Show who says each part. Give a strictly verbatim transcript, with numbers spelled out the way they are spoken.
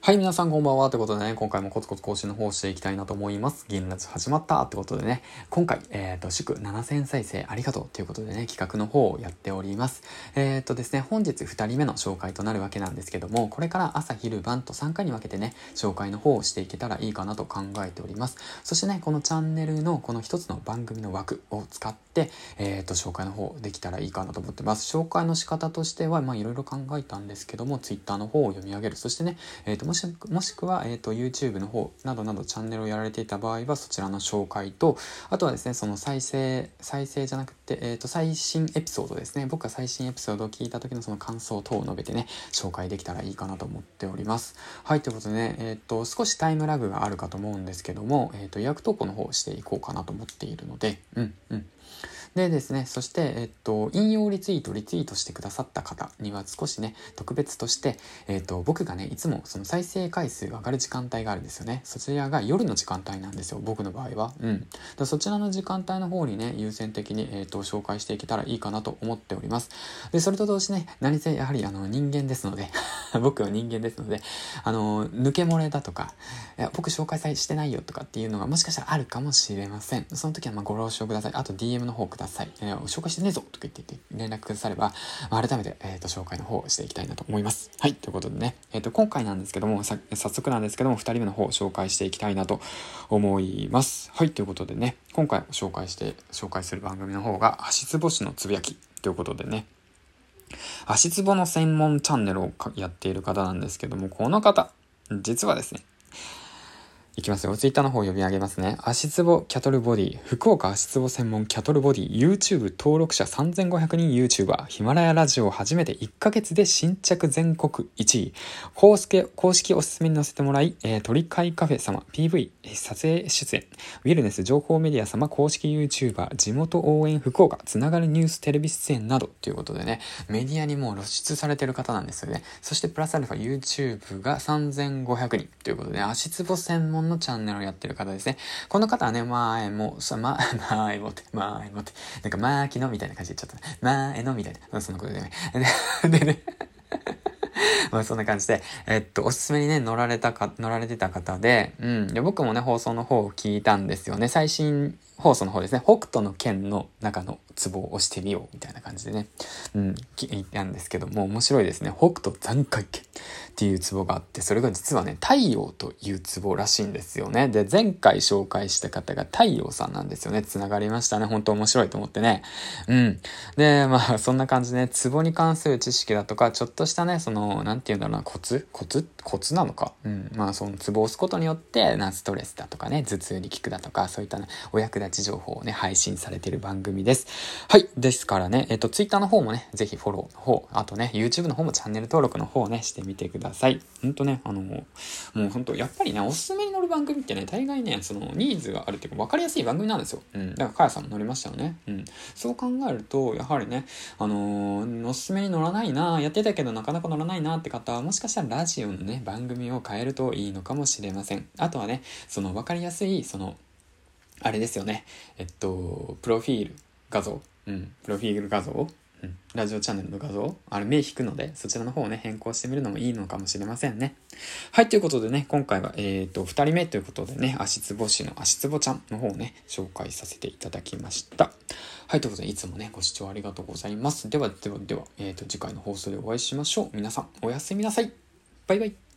Speaker 1: はい、皆さんこんばんは。ということでね、今回もコツコツ更新の方をしていきたいなと思います。銀ラジ始まったってことでね、今回、えっと、祝ななせん再生ありがとうということでね、企画の方をやっております。えっとですね、本日ふたりめの紹介となるわけなんですけども、これから朝、昼、晩とさんかいに分けてね、紹介の方をしていけたらいいかなと考えております。そしてね、このチャンネルのこの一つの番組の枠を使って、えっと、紹介の方できたらいいかなと思ってます。紹介の仕方としては、まあ、いろいろ考えたんですけども、Twitter の方を読み上げる。そしてね、えっと、もし、もしくはえーと、YouTube の方などなどチャンネルをやられていた場合はそちらの紹介と、あとはですね、その再生、再生じゃなくて、えーと、最新エピソードですね。僕が最新エピソードを聞いた時のその感想等を述べてね、紹介できたらいいかなと思っております。はい、ということでね、えーと、少しタイムラグがあるかと思うんですけども、えーと、予約投稿の方をしていこうかなと思っているので、うんうん。でですね、そして、えっと、引用リツイート、リツイートしてくださった方には少しね、特別として、えっと、僕がね、いつもその再生回数が上がる時間帯があるんですよね。そちらが夜の時間帯なんですよ、僕の場合は。うん。だそちらの時間帯の方にね、優先的に、えっと、紹介していけたらいいかなと思っております。で、それと同時ね、何せやはりあの人間ですので、僕は人間ですので、あの、抜け漏れだとか、いや僕紹介してないよとかっていうのがもしかしたらあるかもしれません。その時はまあご了承ください。あと ディーエム の方ください。えー、紹介してねえぞとか言って連絡くだされば、まあ、改めて、えー、と紹介の方をしていきたいなと思います。はい、ということでね、えー、と今回なんですけども、さ早速なんですけども、ふたりめの方を紹介していきたいなと思います。はい、ということでね、今回紹介して、紹介する番組の方が、足つぼ師のつぶやきということでね、足つぼの専門チャンネルをやっている方なんですけども、この方、実はですね、いきますよ。ツイッターの方を読み上げますね。足つぼキャトルボディ、福岡足つぼ専門キャトルボディ、YouTube 登録者さんぜんごひゃくにん YouTuber、ヒマラヤラジオを初めていっかげつで新着全国いちい、公式、公式おすすめに載せてもらい、えー、鳥飼カフェ様、ピーブイ、撮影出演、ウィルネス情報メディア様、公式 YouTuber、地元応援福岡、つながるニューステレビ出演など、ということでね、メディアにもう露出されてる方なんですよね。そしてプラスアルファ YouTube がさんぜんごひゃくにんということで、ね、足つぼ専門のチャンネルをやってる方ですね。この方はね、前も、さ、ま、前もって、前もって、なんか、マーキのみたいな感じで言っちゃったね。前のみたいな、そのことでね。で、でね、まあそんな感じで、えっと、おすすめにね、乗られたか、乗られてた方で、うん。で、僕もね、放送の方を聞いたんですよね。最新放送の方ですね。北斗の拳の中のツボを押してみよう、みたいな感じでね。うん、聞いたんですけども、面白いですね。北斗残骸拳っていうツボがあって、それが実はね、太陽というツボらしいんですよね。で、前回紹介した方が太陽さんなんですよね。繋がりましたね。本当面白いと思ってね。うん。で、まあ、そんな感じでね、ツボに関する知識だとか、ちょっとしたね、その、なんていうんだろうな、コツコツコツなのか。うん。まあ、そのツボを押すことによって、な、ストレスだとかね、頭痛に効くだとか、そういったね、お役立ち情報をね、配信されている番組です。はい。ですからね、えっと、ツイッターの方もね、ぜひフォローの方、あとね、YouTube の方もチャンネル登録の方をね、してみてください。ほんとね、あの、もうほんと、やっぱりね、おすすめに乗る番組ってね、大概ね、その、ニーズがあるっていうか、分かりやすい番組なんですよ。うん。だから、かやさんも乗りましたよね。うん。そう考えると、やはりね、あのー、おすすめに乗らないな、やってたけどなかなか乗らないなって方は、もしかしたらラジオのね、番組を変えるといいのかもしれません。あとはね、その、分かりやすい、その、あれですよね。えっと、プロフィール画像。うん。プロフィール画像。うん。ラジオチャンネルの画像。あれ、目引くので、そちらの方をね、変更してみるのもいいのかもしれませんね。はい、ということでね、今回は、えっと、二人目ということでね、足つぼ師の足つぼちゃんの方をね、紹介させていただきました。はい、ということで、いつもね、ご視聴ありがとうございます。では、では、では、えっと、次回の放送でお会いしましょう。皆さん、おやすみなさい。バイバイ。